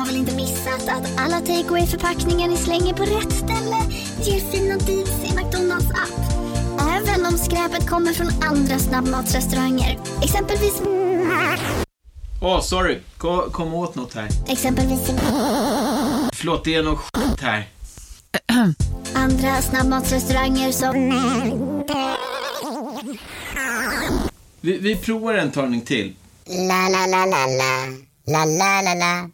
har väl inte missat att alla takeaway-förpackningar ni slänger på rätt ställe ger fina deals i McDonalds app. Även om skräpet kommer från andra snabbmatsrestauranger. Exempelvis... sorry. Kom åt något här. Exempelvis... Förlåt, det är något skit här. Andra snabbmatsrestauranger som... Vi provar en talning till. La la la la la. La la la la.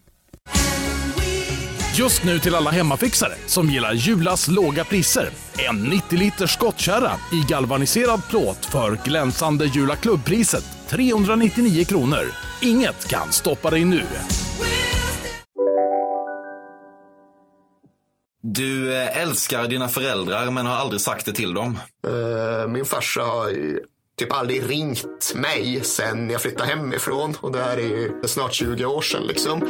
Just nu till alla hemmafixare som gillar Julas låga priser. En 90-liters skottkärra i galvaniserad plåt för glänsande Jula klubbpriset 399 kronor. Inget kan stoppa dig nu. Du älskar dina föräldrar men har aldrig sagt det till dem. Min farsa har typ aldrig ringt mig sen jag flyttade hemifrån. Och det här är ju snart 20 år sedan liksom.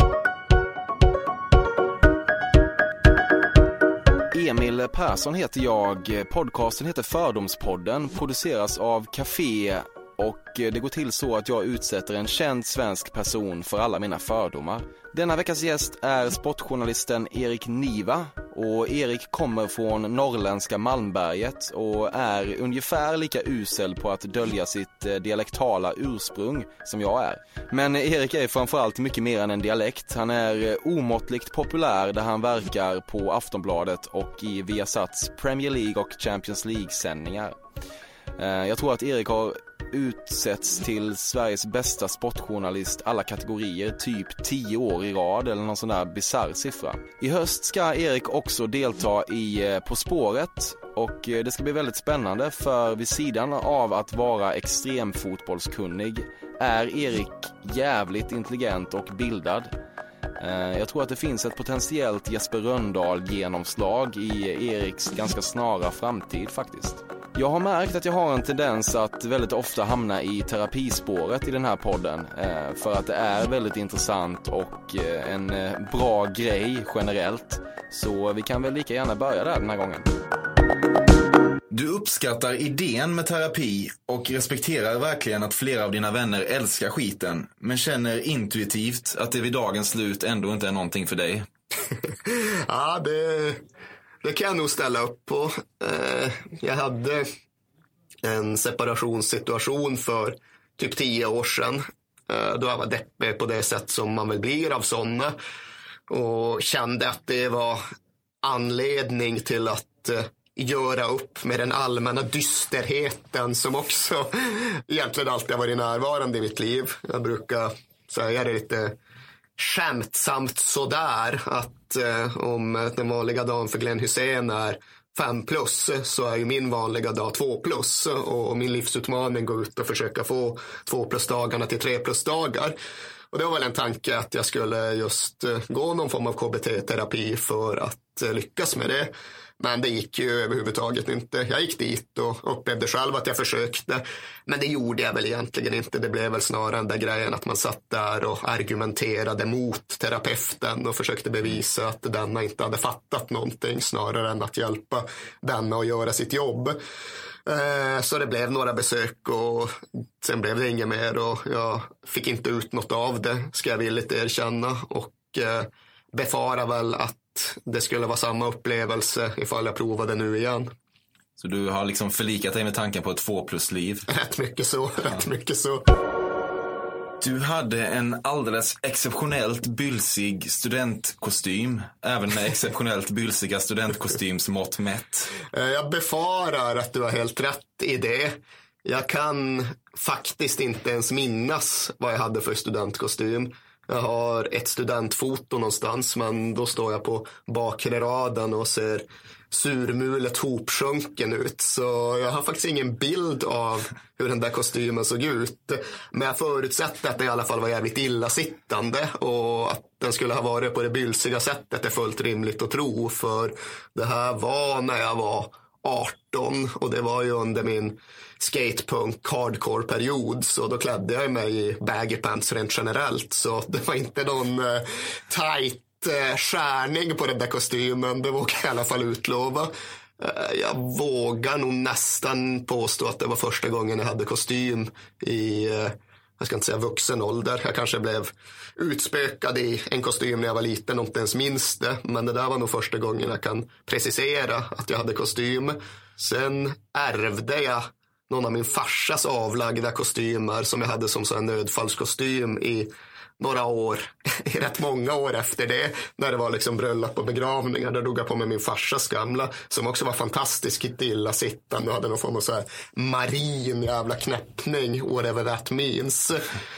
Emil Persson heter jag. Podcasten heter Fördomspodden. Produceras av Café. Och det går till så att jag utsätter en känd svensk person för alla mina fördomar. Denna veckas gäst är sportjournalisten Erik Niva. Och Erik kommer från norrländska Malmberget och är ungefär lika usel på att dölja sitt dialektala ursprung som jag är. Men Erik är framförallt mycket mer än en dialekt. Han är omåttligt populär där han verkar på Aftonbladet och i Viasats Premier League och Champions League-sändningar. Jag tror att Erik har utsetts till Sveriges bästa sportjournalist alla kategorier typ 10 år i rad eller någon sån där bizarr siffra. I höst ska Erik också delta i På spåret och det ska bli väldigt spännande för vid sidan av att vara extremfotbollskunnig är Erik jävligt intelligent och bildad. Jag tror att det finns ett potentiellt Jesper Rönndahl-genomslag i Eriks ganska snara framtid faktiskt. Jag har märkt att jag har en tendens att väldigt ofta hamna i terapispåret i den här podden för att det är väldigt intressant och en bra grej generellt. Så vi kan väl lika gärna börja där den här gången. Du uppskattar idén med terapi och respekterar verkligen att flera av dina vänner älskar skiten, men känner intuitivt att det vid dagens slut ändå inte är någonting för dig. Ja, det kan jag nog ställa upp på. Jag hade en separationssituation för typ 10 år sedan. Då jag var deppig på det sätt som man väl blir av sådana. Och kände att det var anledning till att göra upp med den allmänna dysterheten som också egentligen alltid har varit närvarande i mitt liv. Jag brukar säga det lite skämtsamt sådär att om den vanliga dagen för Glenn Hussein är 5+ så är ju min vanliga dag 2+, och min livsutmaning går ut att försöka få 2+-dagarna till 3+-dagar. Och det var väl en tanke att jag skulle just gå någon form av KBT-terapi för att lyckas med det. Men det gick ju överhuvudtaget inte. Jag gick dit och upplevde själv att jag försökte. Men det gjorde jag väl egentligen inte. Det blev väl snarare den där grejen att man satt där och argumenterade mot terapeuten och försökte bevisa att denna inte hade fattat någonting snarare än att hjälpa denna att göra sitt jobb. Så det blev några besök och sen blev det inget mer och jag fick inte ut något av det, ska jag villigt erkänna, och befarar väl att det skulle vara samma upplevelse ifall jag provade nu igen. Så du har liksom förlikat dig med tanken på ett 2+-liv? Rätt mycket så. Du hade en alldeles exceptionellt bylsig studentkostym, även med exceptionellt bylsiga studentkostymsmått mätt. Jag befarar att du har helt rätt i det. Jag kan faktiskt inte ens minnas vad jag hade för studentkostym. Jag har ett studentfoto någonstans, men då står jag på bakre raden och ser surmulet hopsjunken ut. Så jag har faktiskt ingen bild av hur den där kostymen såg ut. Men jag förutsätter att den i alla fall var jävligt illasittande och att den skulle ha varit på det bylsiga sättet är fullt rimligt att tro. För det här var när jag var 18 och det var ju under min skatepunk hardcore-period, så då klädde jag mig i baggy pants rent generellt, så det var inte någon tight skärning på den där kostymen, det vågar jag i alla fall utlova. Jag vågar nog nästan påstå att det var första gången jag hade kostym i jag ska inte säga vuxen ålder. Jag kanske blev utspökad i en kostym när jag var liten, om inte ens minns det. Men det där var nog första gången jag kan precisera att jag hade kostym. Sen ärvde jag någon av min farsas avlagda kostymer som jag hade som så en nödfallskostym i några år, i rätt många år efter det, när det var liksom bröllop och begravningar. Där drog jag på mig min farsas gamla, som också var fantastiskt illa sittande och hade någon form av så här marin jävla knäppning, whatever that means.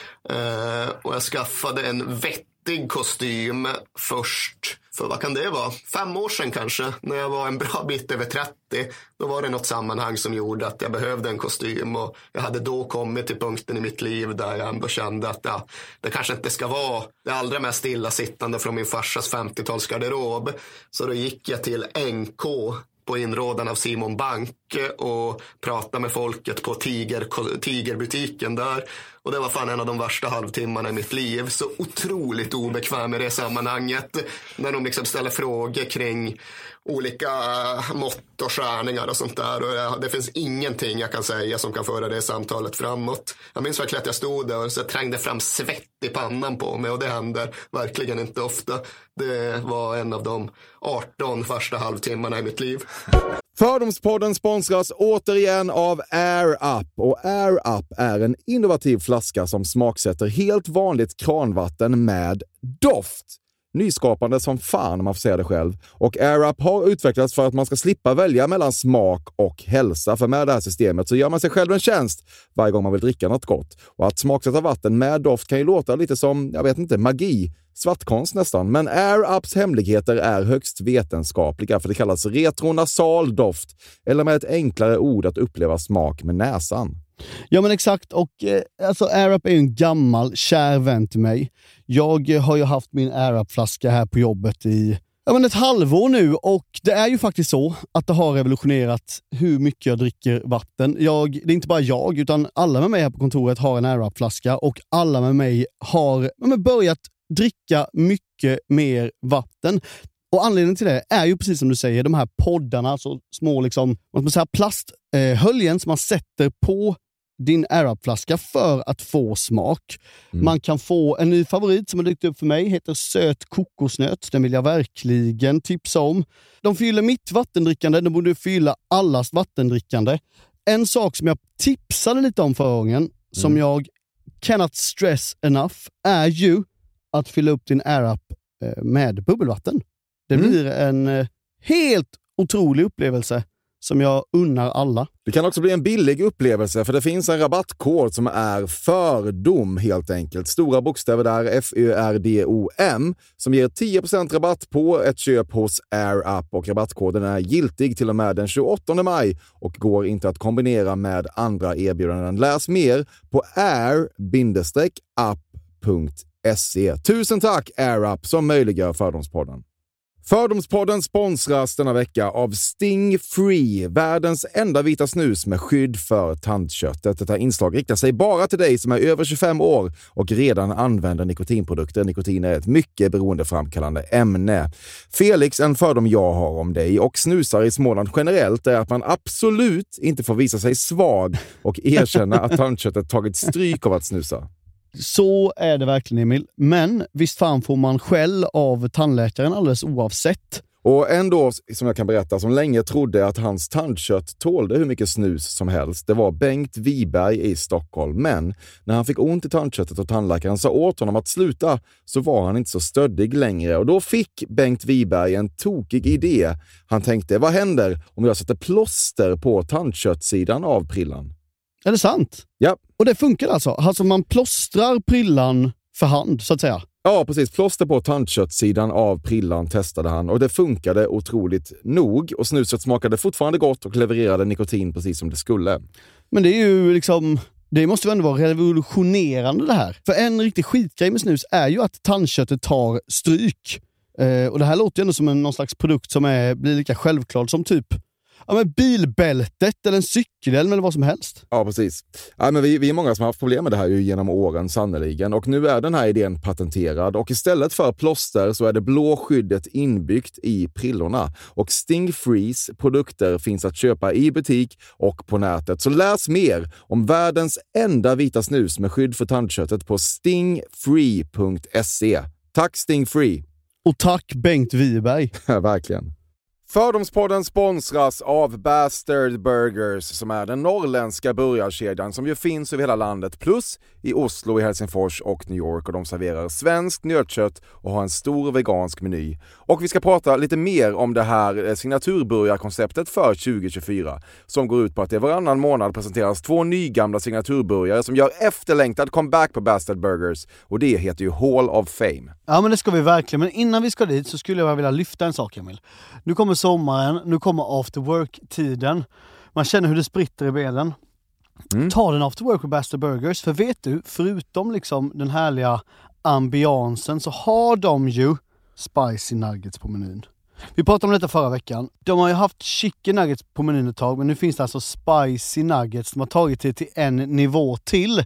Och jag skaffade en vettig kostym först, för vad kan det vara? 5 år sedan kanske, när jag var en bra bit över 30. Då var det något sammanhang som gjorde att jag behövde en kostym, och jag hade då kommit till punkten i mitt liv där jag ändå kände att det kanske inte ska vara det allra mest stillasittande från min farsas 50-talsgarderob. Så då gick jag till NK på inrådan av Simon Bank och pratade med folket på Tigerbutiken där. Och det var fan en av de värsta halvtimmarna i mitt liv. Så otroligt obekväm i det sammanhanget. När de liksom ställer frågor kring olika mått och skärningar och sånt där. Och det finns ingenting jag kan säga som kan föra det samtalet framåt. Jag minns verkligen att jag stod där och så trängde fram svett i pannan på mig. Och det händer verkligen inte ofta. Det var en av de 18 första halvtimmarna i mitt liv. Fördomspodden sponsras återigen av Air Up, och Air Up är en innovativ flaska som smaksätter helt vanligt kranvatten med doft. Nyskapande som fan om man får säga det själv. Och Air Up har utvecklats för att man ska slippa välja mellan smak och hälsa. För med det här systemet så gör man sig själv en tjänst varje gång man vill dricka något gott. Och att smaksätta vatten med doft kan ju låta lite som, jag vet inte, magi. Svartkonst nästan. Men Air Ups hemligheter är högst vetenskapliga, för det kallas retronasal doft. Eller med ett enklare ord att uppleva smak med näsan. Ja men exakt, och alltså Air Up är ju en gammal kär vän till mig. Jag har ju haft min Air Up-flaska här på jobbet i ett halvår nu, och det är ju faktiskt så att det har revolutionerat hur mycket jag dricker vatten. Det är inte bara jag, utan alla med mig här på kontoret har en Air Up-flaska, och alla med mig har börjat dricka mycket mer vatten. Och anledningen till det är ju precis som du säger, de här poddarna, alltså små liksom, plasthöljen som man sätter på din Air Up-flaska för att få smak. Man kan få en ny favorit som har dykt upp för mig, heter söt kokosnöt. Den vill jag verkligen tipsa om. De fyller mitt vattendrickande, de borde fylla allas vattendrickande. En sak som jag tipsade lite om förra gången, som jag cannot stress enough, är ju att fylla upp din Air Up med bubbelvatten. Det blir en helt otrolig upplevelse som jag unnar alla. Det kan också bli en billig upplevelse, för det finns en rabattkod som är fördom helt enkelt. Stora bokstäver där, FÖRDOM, som ger 10% rabatt på ett köp hos Air Up, och rabattkoden är giltig till och med den 28 maj och går inte att kombinera med andra erbjudanden. Läs mer på air-up.se. Tusen tack Air Up som möjliggör Fördomspodden. Fördomspodden sponsras denna vecka av Sting Free, världens enda vita snus med skydd för tandköttet. Detta inslag riktar sig bara till dig som är över 25 år och redan använder nikotinprodukter. Nikotin är ett mycket beroendeframkallande ämne. Felix, en fördom jag har om dig och snusar i Småland generellt är att man absolut inte får visa sig svag och erkänna att tandköttet tagit stryk av att snusa. Så är det verkligen, Emil. Men visst fan får man skäll av tandläkaren alldeles oavsett. Och ändå, som jag kan berätta, som länge trodde att hans tandkött tålde hur mycket snus som helst. Det var Bengt Wiberg i Stockholm. Men när han fick ont i tandköttet och tandläkaren sa åt honom att sluta, så var han inte så stöddig längre. Och då fick Bengt Wiberg en tokig idé. Han tänkte, vad händer om jag sätter plåster på tandköttsidan av prillan? Är det sant? Ja. Och det funkar alltså? Alltså man plåstrar prillan för hand, så att säga? Ja, precis. Plåster på tandköttsidan av prillan testade han, och det funkade otroligt nog. Och snuset smakade fortfarande gott och levererade nikotin precis som det skulle. Men det är ju liksom... Det måste ju ändå vara revolutionerande det här. För en riktig skitgrej med snus är ju att tandköttet tar stryk. Och det här låter ju ändå som någon slags produkt som blir lika självklart som typ bilbältet eller en cykelhjälm eller vad som helst. Ja, precis. Ja, men vi är många som har haft problem med det här ju genom åren sannoliken. Och nu är den här idén patenterad. Och istället för plåster så är det blå skyddet inbyggt i prillorna. Och Stingfrees produkter finns att köpa i butik och på nätet. Så läs mer om världens enda vita snus med skydd för tandköttet på stingfree.se. Tack Stingfree! Och tack Bengt Wiberg. Verkligen. Fördomspodden sponsras av Bastard Burgers som är den norrländska burgarkedjan som ju finns över hela landet plus i Oslo, i Helsingfors och New York, och de serverar svenskt nötkött och har en stor vegansk meny. Och vi ska prata lite mer om det här signaturburgarkonceptet för 2024 som går ut på att det varannan månad presenteras 2 nygamla signaturburgare som gör efterlängtad comeback på Bastard Burgers, och det heter ju Hall of Fame. Ja, men det ska vi verkligen. Men innan vi ska dit så skulle jag vilja lyfta en sak, Emil. Nu kommer sommaren, nu kommer after work-tiden. Man känner hur det spritter i benen. Ta den after work på Bastard Burgers. För vet du, förutom liksom den härliga ambiansen så har de ju spicy nuggets på menyn. Vi pratade om detta förra veckan. De har ju haft chicken nuggets på menyn ett tag, men nu finns det alltså spicy nuggets. De har tagit det till en nivå till.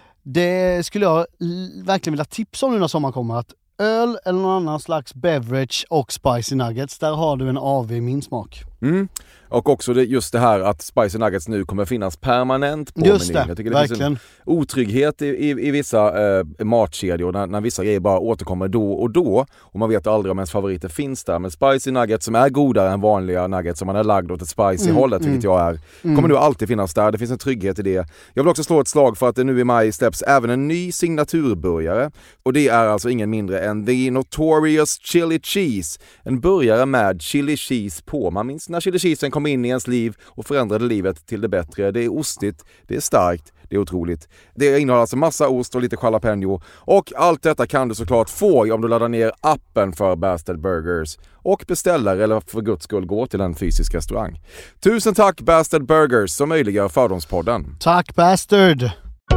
Det skulle jag verkligen vilja tipsa om nu när sommaren kommer, att öl eller någon annan slags beverage och spicy nuggets, där har du en AV i min smak. Och också just det här att spicy nuggets nu kommer finnas permanent på menyn. Jag tycker det verkligen finns en otrygghet i vissa matkedjor när vissa grejer bara återkommer då och man vet aldrig om ens favoriter finns där. Men spicy nuggets som är godare än vanliga nuggets som man är lagd åt ett spicy hållet, vilket jag är, kommer nu alltid finnas där. Det finns en trygghet i det. Jag vill också slå ett slag för att det nu i maj släpps även en ny signaturburgare, och det är alltså ingen mindre än The Notorious Chili Cheese. En burgare med chili cheese på. Man minns när chili cheesen kom in i ens liv och förändrade livet till det bättre. Det är ostigt, det är starkt, det är otroligt. Det innehåller alltså massa ost och lite jalapeno. Och allt detta kan du såklart få om du laddar ner appen för Bastard Burgers och beställer, eller för guds skull gå till en fysisk restaurang. Tusen tack Bastard Burgers som möjliggör Fördomspodden. Tack Bastard!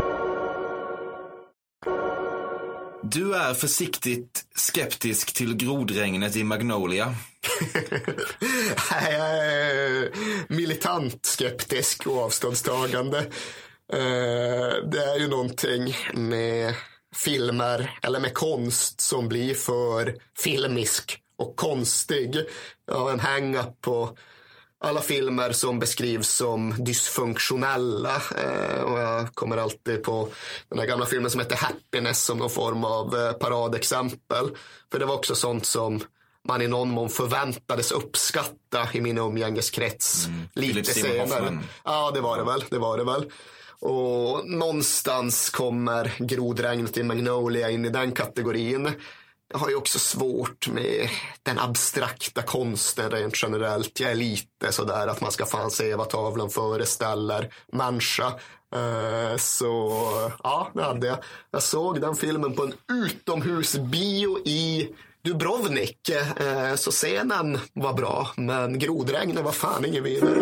Du är försiktigt skeptisk till grodregnet i Magnolia. Jag är militant skeptisk och avståndstagande. Det är ju någonting med filmer eller med konst som blir för filmisk och konstig. Jag har en hang-up på alla filmer som beskrivs som dysfunktionella, och jag kommer alltid på den här gamla filmen som heter Happiness som någon form av paradexempel. För det var också sånt som man i någon mån förväntades uppskatta i min umgängeskrets lite senare. Ja, det var det väl. Och någonstans kommer grodregnet i Magnolia in i den kategorin. Jag har ju också svårt med den abstrakta konsten rent generellt. Jag är lite sådär att man ska fan se vad tavlan föreställer människa. Så ja, det hade jag. Jag såg den filmen på en utomhusbio i Dubrovnik. Så scenen var bra, men grodregnet var fan ingen vidare.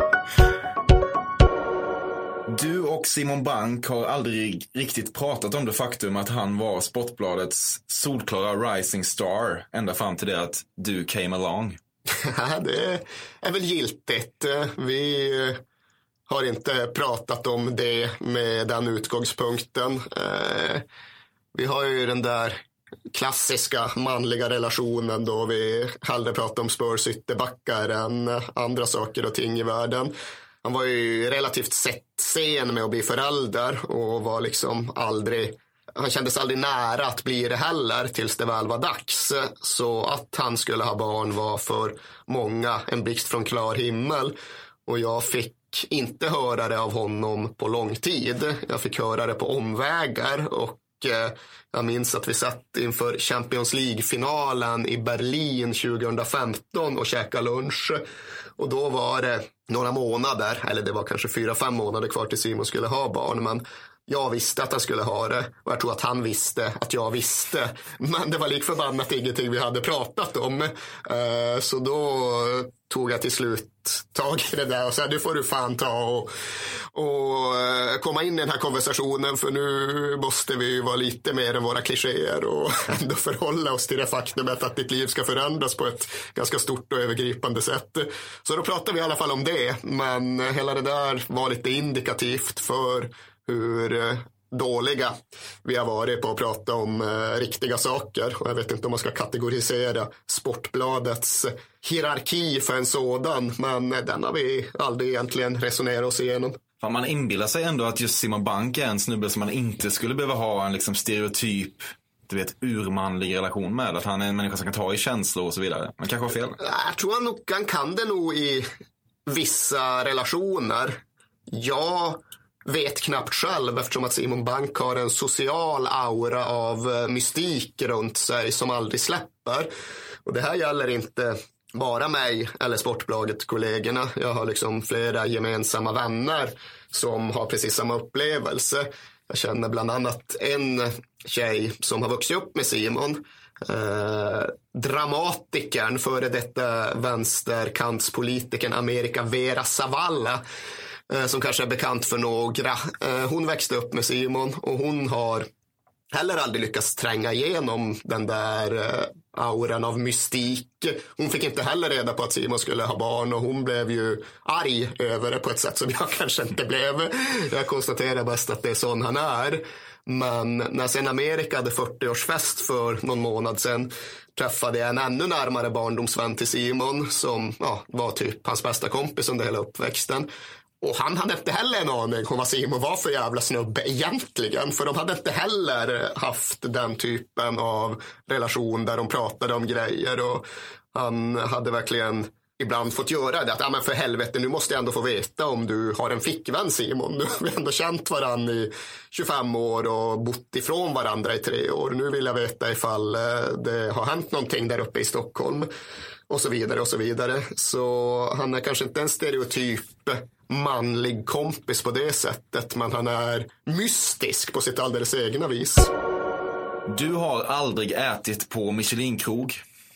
Du och Simon Bank har aldrig riktigt pratat om det faktum att han var Sportbladets solklara rising star ända fram till det att du came along. Det är väl giltigt. Vi har inte pratat om det med den utgångspunkten. Vi har ju den där klassiska manliga relationen då vi hellre pratar om Spurs ytterbackar än andra saker och ting i världen. Han var ju relativt sen med att bli förälder och var liksom han kändes aldrig nära att bli det heller tills det väl var dags. Så att han skulle ha barn var för många en blixt från klar himmel. Och jag fick inte höra det av honom på lång tid. Jag fick höra det på omvägar, och jag minns att vi satt inför Champions League-finalen i Berlin 2015 och käkade lunch. Och då var det några månader, eller det var kanske 4-5 månader kvar till Simon skulle ha barn. Men jag visste att han skulle ha det och jag tror att han visste att jag visste. Men det var likförbannat ingenting vi hade pratat om. Så då tog jag till slut tag i det där och sa, nu får du fan ta och komma in i den här konversationen, för nu måste vi vara lite mer än våra klichéer och ändå förhålla oss till det faktumet att ditt liv ska förändras på ett ganska stort och övergripande sätt. Så då pratade vi i alla fall om det, men hela det där var lite indikativt för hur dåliga vi har varit på att prata om riktiga saker. Och jag vet inte om man ska kategorisera Sportbladets hierarki för en sådan, men den har vi aldrig egentligen resonerat oss igenom. Fan, man inbillar sig ändå att just Simon Bank är en snubbe som man inte skulle behöva ha en liksom stereotyp, du vet, urmanlig relation med. Att han är en människa som kan ta i känslor och så vidare. Man kanske har fel. Jag tror han kan det nog i vissa relationer. Jag vet knappt själv, eftersom att Simon Bank har en social aura av mystik runt sig som aldrig släpper. Och det här gäller inte bara mig eller Sportbladet-kollegorna. Jag har liksom flera gemensamma vänner som har precis samma upplevelse. Jag känner bland annat en tjej som har vuxit upp med Simon. Dramatikern, före detta vänsterkantspolitikern America Vera Zavala, som kanske är bekant för några. Hon växte upp med Simon och hon har heller aldrig lyckats tränga igenom den där auran av mystik. Hon fick inte heller reda på att Simon skulle ha barn och hon blev ju arg över det på ett sätt som jag kanske inte blev. Jag konstaterar bäst att det är sån han är. Men när sen Amerika hade 40-årsfest för någon månad sedan träffade jag en ännu närmare barndomsvän till Simon som var typ hans bästa kompis under hela uppväxten. Och han hade inte heller en aning om vad Simon var för jävla snubbe egentligen. För de hade inte heller haft den typen av relation där de pratade om grejer. Och han hade verkligen ibland fått göra det. Att men för helvete, nu måste jag ändå få veta om du har en flickvän, Simon. Nu har vi ändå känt varandra i 25 år och bott ifrån varandra i 3 år. Nu vill jag veta ifall det har hänt någonting där uppe i Stockholm. Och så vidare och så vidare. Så han är kanske inte en stereotyp manlig kompis på det sättet, men han är mystisk på sitt alldeles egna vis. Du har aldrig ätit på Michelin-krog?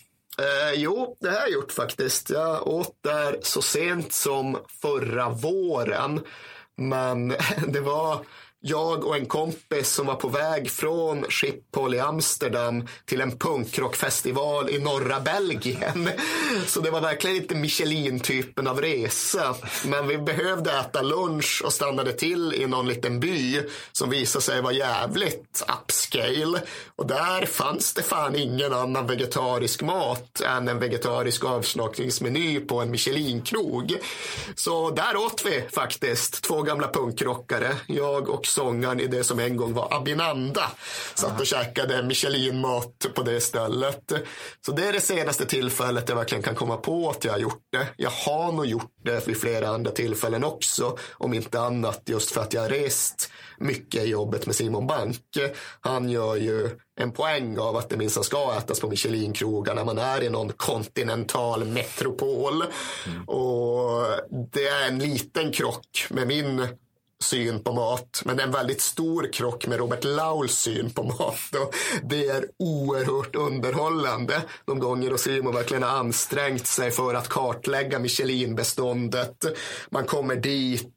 Jo, det har jag gjort faktiskt. Jag åt där så sent som förra våren. Men det var jag och en kompis som var på väg från Schiphol i Amsterdam till en punkrockfestival i norra Belgien. Så det var verkligen inte Michelin-typen av resa. Men vi behövde äta lunch och stannade till i någon liten by som visade sig vara jävligt upscale. Och där fanns det fan ingen annan vegetarisk mat än en vegetarisk avsmakningsmeny på en Michelin-krog. Så där åt vi faktiskt 2 gamla punkrockare, jag och sångaren i det som en gång var Abinanda, satt och käkade Michelin-mat på det stället. Så det är det senaste tillfället jag verkligen kan komma på att jag har gjort det. Jag har nog gjort det vid flera andra tillfällen också, om inte annat just för att jag har rest mycket i jobbet med Simon Bank. Han gör ju en poäng av att det minst ska ätas på Michelin-krogar när man är i någon kontinental metropol. Och det är en liten krock med min syn på mat, men det är en väldigt stor krock med Robert Lauls syn på mat, och det är oerhört underhållande de gånger och Simon verkligen har ansträngt sig för att kartlägga Michelin-beståndet. Man kommer dit,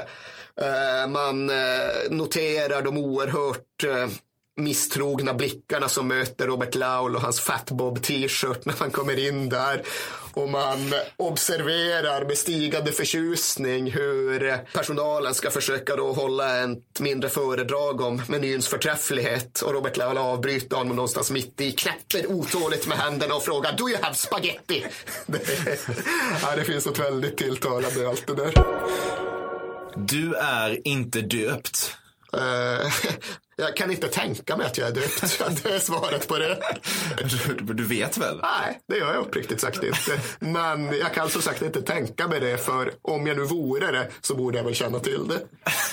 man noterar de oerhört misstrogna blickarna som möter Robert Laul och hans Fat Bob t-shirt när man kommer in där, och man observerar med stigande förtjusning hur personalen ska försöka då hålla ett mindre föredrag om menyns förträfflighet, och Robert Laul avbryter honom någonstans mitt i, knäpper otåligt med händerna och frågar "Do you have spaghetti?" Det finns något väldigt tilltalande i allt det där. Du är inte döpt. Jag kan inte tänka mig att jag är döpt. Det är svaret på det. Du vet väl? Nej, det gör jag uppriktigt sagt inte. Men jag kan så sagt inte tänka mig det, för om jag nu vore det så borde jag väl känna till det.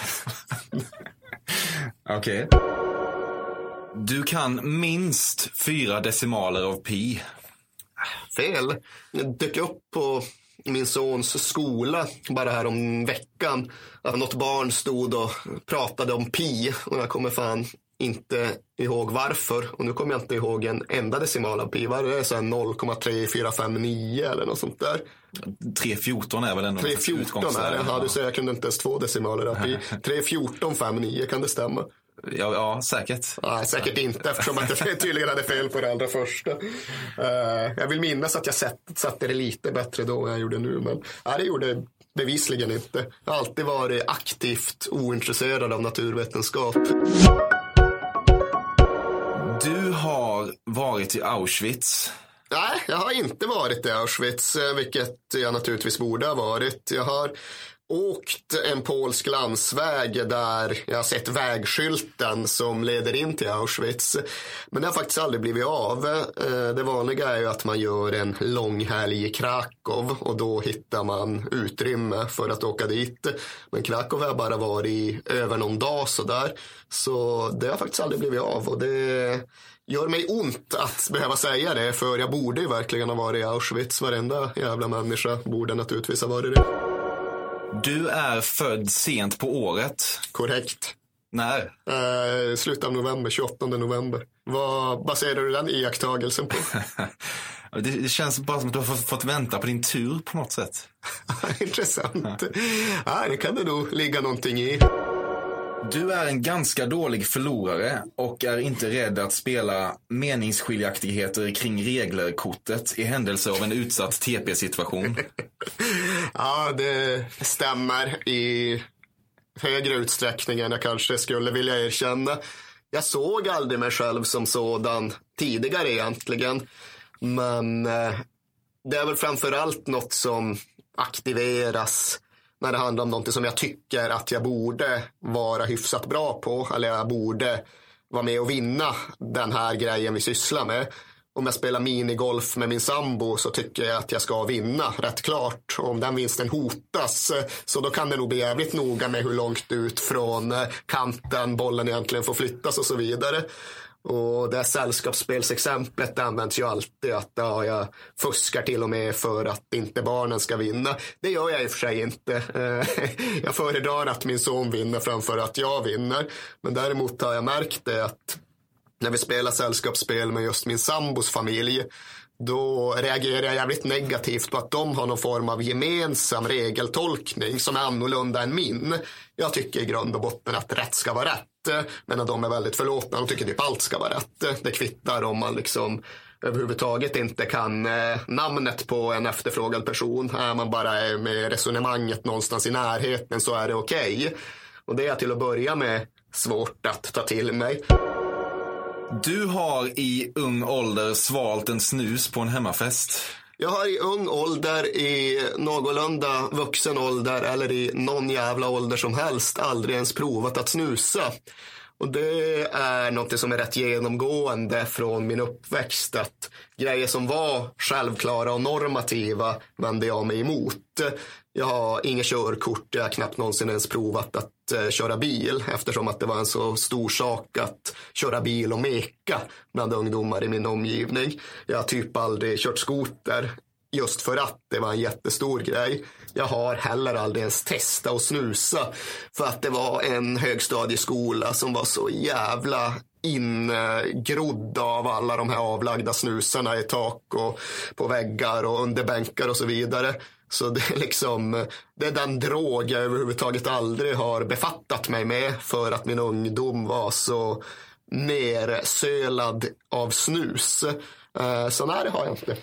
Okej. Du kan minst 4 decimaler av pi. Fel. Jag dök upp på min sons skola bara här om veckan. Att något barn stod och pratade om pi och jag kommer fan inte ihåg varför. Och nu kommer jag inte ihåg en enda decimal av pi. Vad är det? Så 0,3459 eller något sånt där. 314 är väl ändå 314 är det. Ja, du säger jag kunde inte ens 2 decimaler av pi. 31459, kan det stämma? Ja, säkert. Nej, säkert inte, eftersom att jag tydligen hade fel på det allra första. Jag vill minnas att jag satte det lite bättre då än jag gjorde nu, men det gjorde bevisligen inte. Jag har alltid varit aktivt ointresserad av naturvetenskap. Du har varit i Auschwitz. Nej, jag har inte varit i Auschwitz, vilket jag naturligtvis borde ha varit. Jag har åkt en polsk landsväg där jag har sett vägskylten som leder in till Auschwitz. Men det har faktiskt aldrig blivit av. Det vanliga är ju att man gör en lång helg i Krakow och då hittar man utrymme för att åka dit. Men Krakow har bara varit i över någon dag sådär. Så det har faktiskt aldrig blivit av och det gör mig ont att behöva säga det, för jag borde ju verkligen ha varit i Auschwitz. Varenda jävla människa borde naturligtvis ha varit det. Du är född sent på året. Korrekt. När? Slutet av november, 28 november. Vad baserar du den iakttagelsen på? Det känns bara som att du har fått vänta på din tur på något sätt. Intressant. Det kan det nog ligga någonting i. Du är en ganska dålig förlorare och är inte rädd att spela meningsskiljaktigheter kring reglerkortet i händelse av en utsatt TP-situation. Ja, det stämmer i högre utsträckning än jag kanske skulle vilja erkänna. Jag såg aldrig mig själv som sådan tidigare egentligen. Men det är väl framförallt något som aktiveras när det handlar om något som jag tycker att jag borde vara hyfsat bra på. Eller jag borde vara med och vinna den här grejen vi sysslar med. Om jag spelar minigolf med min sambo så tycker jag att jag ska vinna, rätt klart. Om den vinsten hotas så då kan det nog bli jävligt noga med hur långt ut från kanten bollen egentligen får flyttas och så vidare. Och det här sällskapsspelsexemplet används ju alltid att jag fuskar till och med för att inte barnen ska vinna. Det gör jag i och för sig inte. Jag föredrar att min son vinner framför att jag vinner. Men däremot har jag märkt det att när vi spelar sällskapsspel med just min sambos familj, då reagerar jag jävligt negativt på att de har någon form av gemensam regeltolkning som är annorlunda än min. Jag tycker i grund och botten att rätt ska vara rätt, men att de är väldigt förlåtna. De tycker typ allt ska vara rätt. Det kvittar om man liksom överhuvudtaget inte kan namnet på en efterfrågad person. Är man bara är med resonemanget någonstans i närheten så är det okej. Och det är till att börja med svårt att ta till mig. Du har i ung ålder svalt en snus på en hemmafest. Jag har i ung ålder, i någorlunda vuxen ålder eller i någon jävla ålder som helst aldrig ens provat att snusa. Och det är något som är rätt genomgående från min uppväxt. Att grejer som var självklara och normativa vände jag mig emot. Jag har inget körkort, jag har knappt någonsin ens provat att köra bil. Eftersom att det var en så stor sak att köra bil och meka bland ungdomar i min omgivning. Jag har typ aldrig kört skoter. Just för att det var en jättestor grej. Jag har heller aldrig ens testat att snusa. För att det var en högstadieskola som var så jävla ingrodd av alla de här avlagda snusarna i tak och på väggar och under bänkar och så vidare. Så det är liksom, det är den drog jag överhuvudtaget aldrig har befattat mig med, för att min ungdom var så nersölad av snus. Så nej, det har jag inte.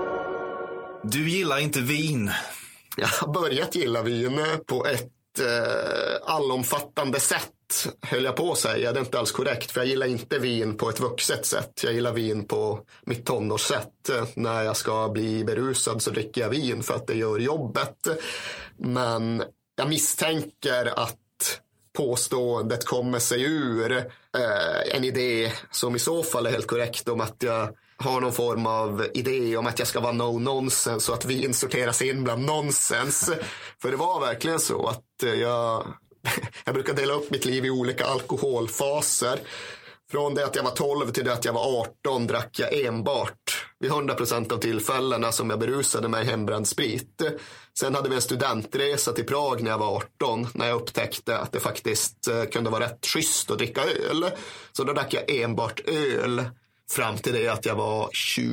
Du gillar inte vin. Jag har börjat gilla vin på ett allomfattande sätt, höll jag på att säga. Det är inte alls korrekt, för jag gillar inte vin på ett vuxet sätt. Jag gillar vin på mitt tonårssätt. När jag ska bli berusad så dricker jag vin för att det gör jobbet. Men jag misstänker att påståendet kommer sig ur en idé som i så fall är helt korrekt, om att jag har någon form av idé om att jag ska vara no-nonsense och att vin sorteras in bland nonsens. För det var verkligen så att jag brukar dela upp mitt liv i olika alkoholfaser. Från det att jag var 12 till det att jag var 18 drack jag enbart vid 100% av tillfällena som jag berusade mig hembränd sprit. Sen hade vi en studentresa till Prag när jag var 18, när jag upptäckte att det faktiskt kunde vara rätt schysst att dricka öl. Så då drack jag enbart öl fram till det att jag var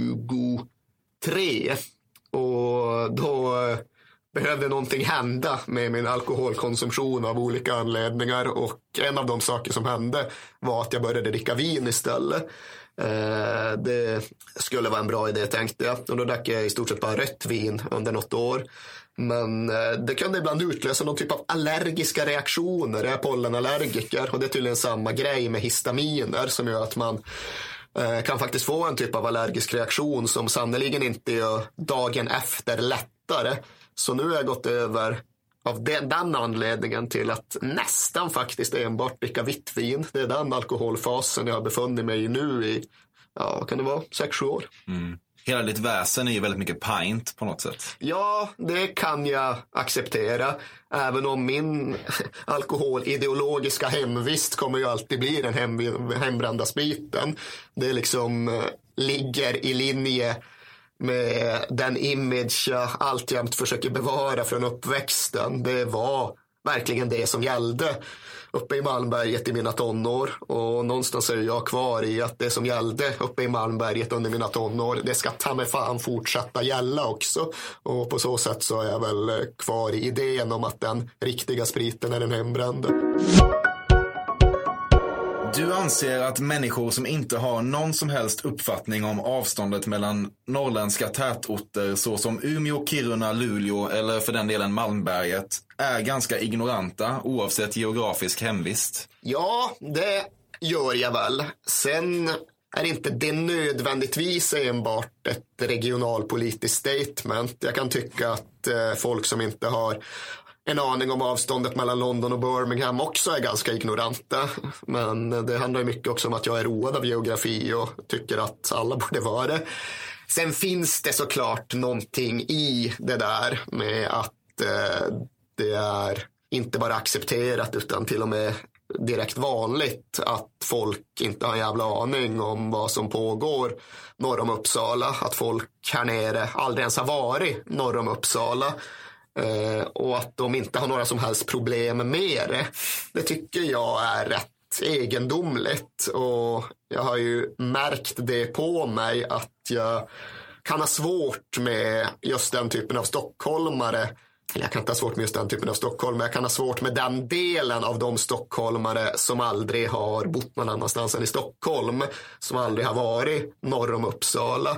23. Och då behövde någonting hända med min alkoholkonsumtion av olika anledningar. Och en av de saker som hände var att jag började dricka vin istället. Det skulle vara en bra idé, tänkte jag. Och då drack jag i stort sett bara rött vin under något år. Men det kunde ibland utlösa någon typ av allergiska reaktioner. Jag är pollenallergiker och det är tydligen samma grej med histaminer som gör att man kan faktiskt få en typ av allergisk reaktion som sannoliken inte gör dagen efter lättare. Så nu har jag gått över av den anledningen till att nästan faktiskt enbart dricka vitt vin. Det är den alkoholfasen jag har befunnit mig i nu i, ja, vad kan det vara, 6-7 år. Hela ditt väsen är ju väldigt mycket pint på något sätt. Ja, det kan jag acceptera. Även om min alkoholideologiska hemvist kommer ju alltid bli den hembrända spriten. Det liksom ligger i linje med den image jag alltjämt försöker bevara från uppväxten. Det var verkligen det som gällde uppe i Malmberget i mina tonår. Och någonstans är jag kvar i att det som gällde uppe i Malmberget under mina tonår, det ska ta mig fan fortsätta gälla också. Och på så sätt så är jag väl kvar i idén om att den riktiga spriten är den hembrända. Du anser att människor som inte har någon som helst uppfattning om avståndet mellan norrländska tätorter såsom Umeå, Kiruna, Luleå eller för den delen Malmberget är ganska ignoranta oavsett geografisk hemvist? Ja, det gör jag väl. Sen är inte det nödvändigtvis enbart ett regionalpolitiskt statement. Jag kan tycka att folk som inte har en aning om avståndet mellan London och Birmingham också är ganska ignoranta. Men det handlar ju mycket också om att jag är road av geografi och tycker att alla borde vara det. Sen finns det såklart någonting i det där med att det är inte bara accepterat utan till och med direkt vanligt att folk inte har en jävla aning om vad som pågår norr om Uppsala. Att folk här nere aldrig ens har varit norr om Uppsala. Och att de inte har några som helst problem med det. Det tycker jag är rätt egendomligt. Och jag har ju märkt det på mig att jag kan ha svårt med just den typen av stockholmare. Eller jag kan inte ha svårt med just den typen av stockholmare. Jag kan ha svårt med den delen av de stockholmare som aldrig har bott någon annanstans än i Stockholm. Som aldrig har varit norr om Uppsala.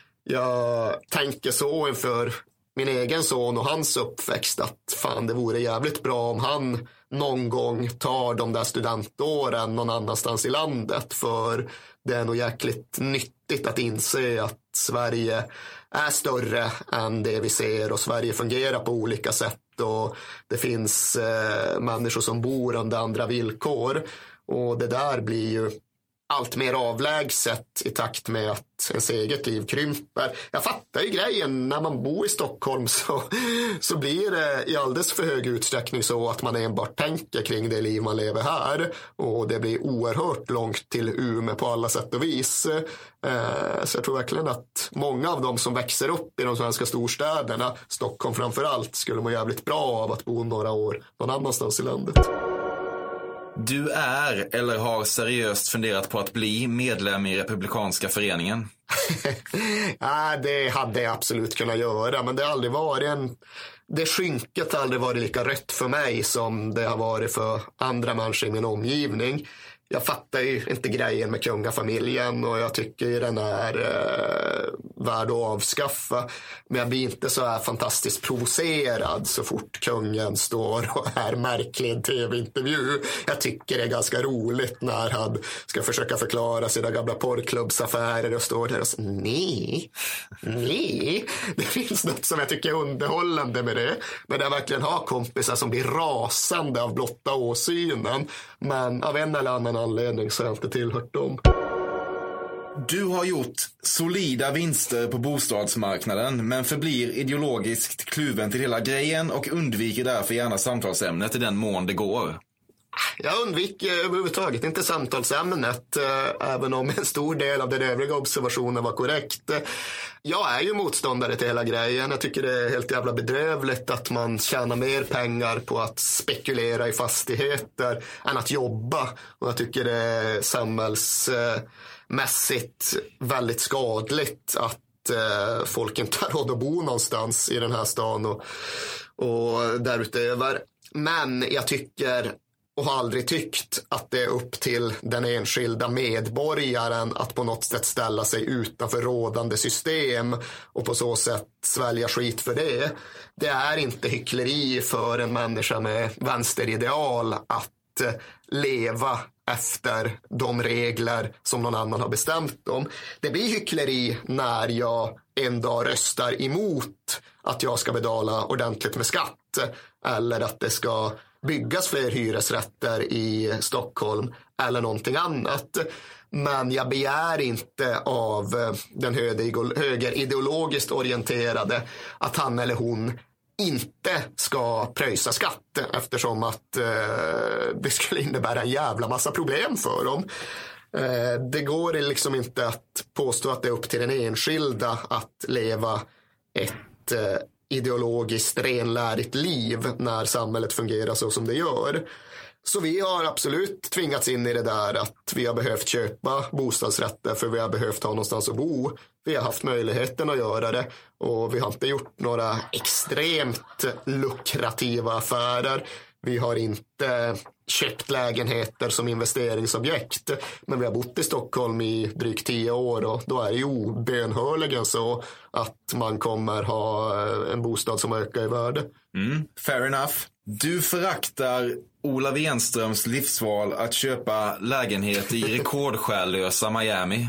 Jag tänker så inför min egen son och hans uppväxt att fan, det vore jävligt bra om han någon gång tar de där studentåren någon annanstans i landet, för det är nog jäkligt nyttigt att inse att Sverige är större än det vi ser och Sverige fungerar på olika sätt och det finns människor som bor under andra villkor och det där blir ju allt mer avlägset i takt med att ens eget liv krymper. Jag fattar ju grejen, när man bor i Stockholm så blir det i alldeles för hög utsträckning så att man enbart tänker kring det liv man lever här. Och det blir oerhört långt till Umeå på alla sätt och vis. Så jag tror verkligen att många av dem som växer upp i de svenska storstäderna, Stockholm framförallt, skulle må jävligt bra av att bo några år någon annanstans i landet. Du är eller har seriöst funderat på att bli medlem i Republikanska föreningen? Ja, det hade jag absolut kunnat göra, men det har aldrig varit det skynket har aldrig varit lika rött för mig som det har varit för andra människor i min omgivning. Jag fattar ju inte grejen med kungafamiljen och jag tycker ju den är värd att avskaffa. Men jag blir inte så här fantastiskt provocerad så fort kungen står och är märklig i en tv-intervju. Jag tycker det är ganska roligt när han ska försöka förklara sina gamla porrklubbsaffärer och står där och säger nej. Det finns något som jag tycker är underhållande med det. Men jag verkligen har kompisar som blir rasande av blotta åsynen. Men av en eller annan anledning så har jag inte tillhört dem. Du har gjort solida vinster på bostadsmarknaden men förblir ideologiskt kluven till hela grejen och undviker därför gärna samtalsämnet i den mån det går. Jag undviker överhuvudtaget inte samtalsämnet, även om en stor del av den övriga observationen var korrekt. Jag är ju motståndare till hela grejen. Jag tycker det är helt jävla bedrövligt att man tjänar mer pengar på att spekulera i fastigheter än att jobba. Och jag tycker det är samhällsmässigt väldigt skadligt att folk inte har råd att bo någonstans i den här stan och därutöver. Men jag tycker och har aldrig tyckt att det är upp till den enskilda medborgaren att på något sätt ställa sig utanför rådande system och på så sätt svälja skit för det. Det är inte hyckleri för en människa med vänsterideal att leva efter de regler som någon annan har bestämt om. Det blir hyckleri när jag en dag röstar emot att jag ska betala ordentligt med skatt eller att det ska byggas fler hyresrätter i Stockholm eller någonting annat. Men jag begär inte av den högerideologiskt orienterade att han eller hon inte ska pröjsa skatt eftersom att det skulle innebära en jävla massa problem för dem. Det går liksom inte att påstå att det är upp till den enskilda att leva ett ideologiskt renlärigt liv när samhället fungerar så som det gör. Så vi har absolut tvingats in i det där att vi har behövt köpa bostadsrätter för vi har behövt ha någonstans att bo. Vi har haft möjligheten att göra det och vi har inte gjort några extremt lukrativa affärer. Vi har inte köpt lägenheter som investeringsobjekt, men vi har bott i Stockholm i drygt 10 år och då är det ju obönhörligen så att man kommer ha en bostad som ökar i värde. Fair enough. Du föraktar Ola Wenströms livsval att köpa lägenhet i rekordskärlösa Miami.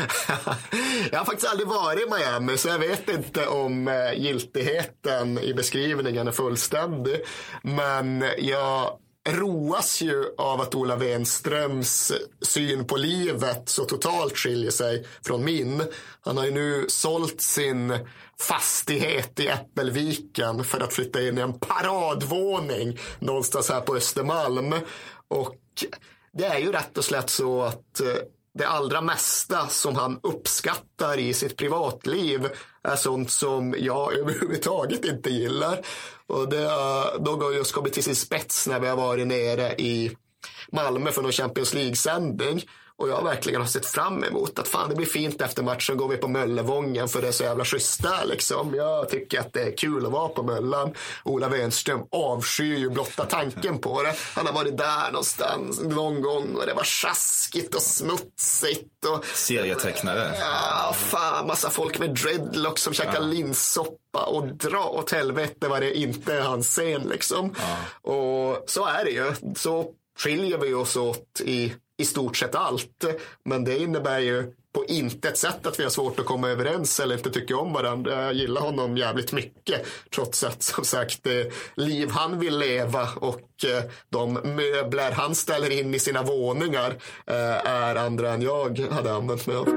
Jag har faktiskt aldrig varit i Miami så jag vet inte om giltigheten i beskrivningen är fullständig. Men jag roas ju av att Ola Wenströms syn på livet så totalt skiljer sig från min. Han har ju nu sålt sin fastighet i Äppelviken för att flytta in i en paradvåning någonstans här på Östermalm. Och det är ju rätt och slätt så att det allra mesta som han uppskattar i sitt privatliv är sånt som jag överhuvudtaget inte gillar. Och det har då just kommit till sin spets när vi har varit nere i Malmö för någon Champions League-sändning. Och jag verkligen har sett fram emot att fan det blir fint efter matchen, går vi på Möllevången för det är så jävla schysst där liksom. Jag tycker att det är kul att vara på Möllan. Ola Wenström avskyr ju blotta tanken på det. Han har varit där någonstans någon gång och det var sjaskigt och smutsigt. Och serietecknare. Ja, fan massa folk med dreadlocks som käkar linssoppa och dra åt helvete vad det inte är hans scen liksom. Och så är det ju. Så skiljer vi oss åt i stort sett allt. Men det innebär ju på intet sätt att vi har svårt att komma överens eller inte tycker om varandra. Jag gillar honom jävligt mycket. Trots att som sagt det liv han vill leva och de möbler han ställer in i sina våningar är andra än jag hade använt mig av.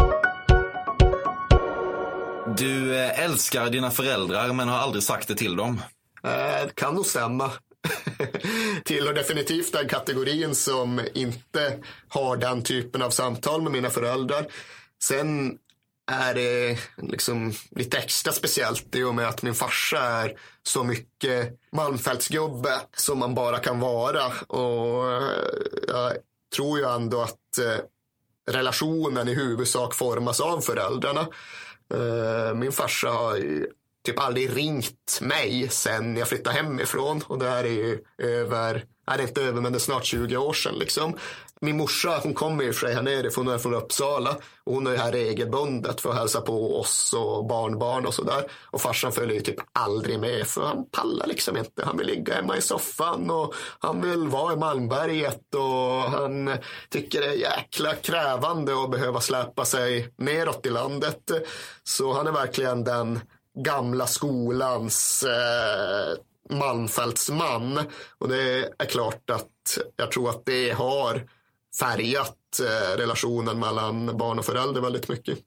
Du älskar dina föräldrar men har aldrig sagt det till dem. Det kan nog stämma. Tillhör definitivt den kategorin som inte har den typen av samtal med mina föräldrar. Sen är det liksom lite extra speciellt i och med att min farsa är så mycket Malmfältsgubbe som man bara kan vara. Och jag tror ju ändå att relationen i huvudsak formas av föräldrarna. Min farsa har typ aldrig ringt mig sen jag flyttade hemifrån. Och det här är ju inte över men det är snart 20 år sedan liksom. Min morsa, hon kommer ju från här nere, hon är från Uppsala. Och hon är ju här regelbundet för att hälsa på oss och barnbarn och sådär. Och farsan följer ju typ aldrig med för han pallar liksom inte. Han vill ligga hemma i soffan och han vill vara i Malmberget. Och han tycker det är jäkla krävande att behöva släppa sig neråt i landet. Så han är verkligen den gamla skolans Malmfältsman. Och det är klart att jag tror att det har färgat relationen mellan barn och förälder väldigt mycket.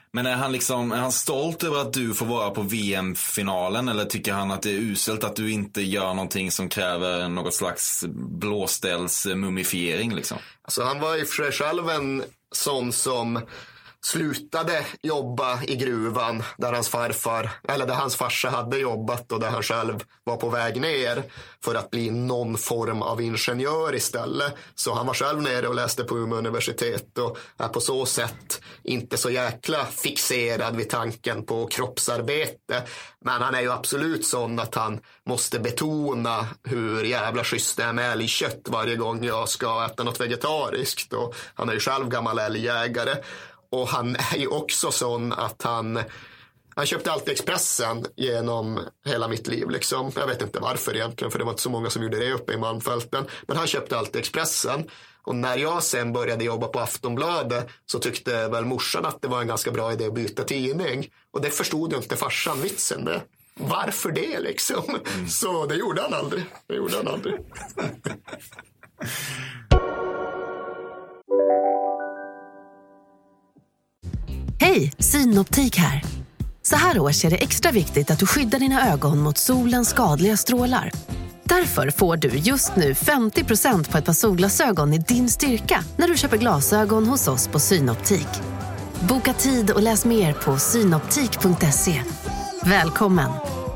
Men är han stolt över att du får vara på VM-finalen, eller tycker han att det är uselt att du inte gör någonting som kräver något slags blåställsmumifiering liksom? Alltså han var i för sig själv en sån som slutade jobba i gruvan där hans farsa hade jobbat och där han själv var på väg ner för att bli någon form av ingenjör istället. Så han var själv nere och läste på Umeå universitet och är på så sätt inte så jäkla fixerad vid tanken på kroppsarbete. Men han är ju absolut sån att han måste betona hur jävla schysst det är med älgkött varje gång jag ska äta något vegetariskt. Och han är ju själv gammal älgjägare. Och han är ju också sån att han köpte alltid Expressen genom hela mitt liv liksom. Jag vet inte varför egentligen, för det var inte så många som gjorde det uppe i Malmfälten. Men han köpte alltid Expressen. Och när jag sen började jobba på Aftonbladet så tyckte väl morsan att det var en ganska bra idé att byta tidning. Och det förstod ju inte farsan vitsen med. Varför det liksom? Så det gjorde han aldrig. Hej, Synoptik här. Så här års är det extra viktigt att du skyddar dina ögon mot solens skadliga strålar. Därför får du just nu 50% på ett par solglasögon i din styrka när du köper glasögon hos oss på Synoptik. Boka tid och läs mer på synoptik.se. Välkommen!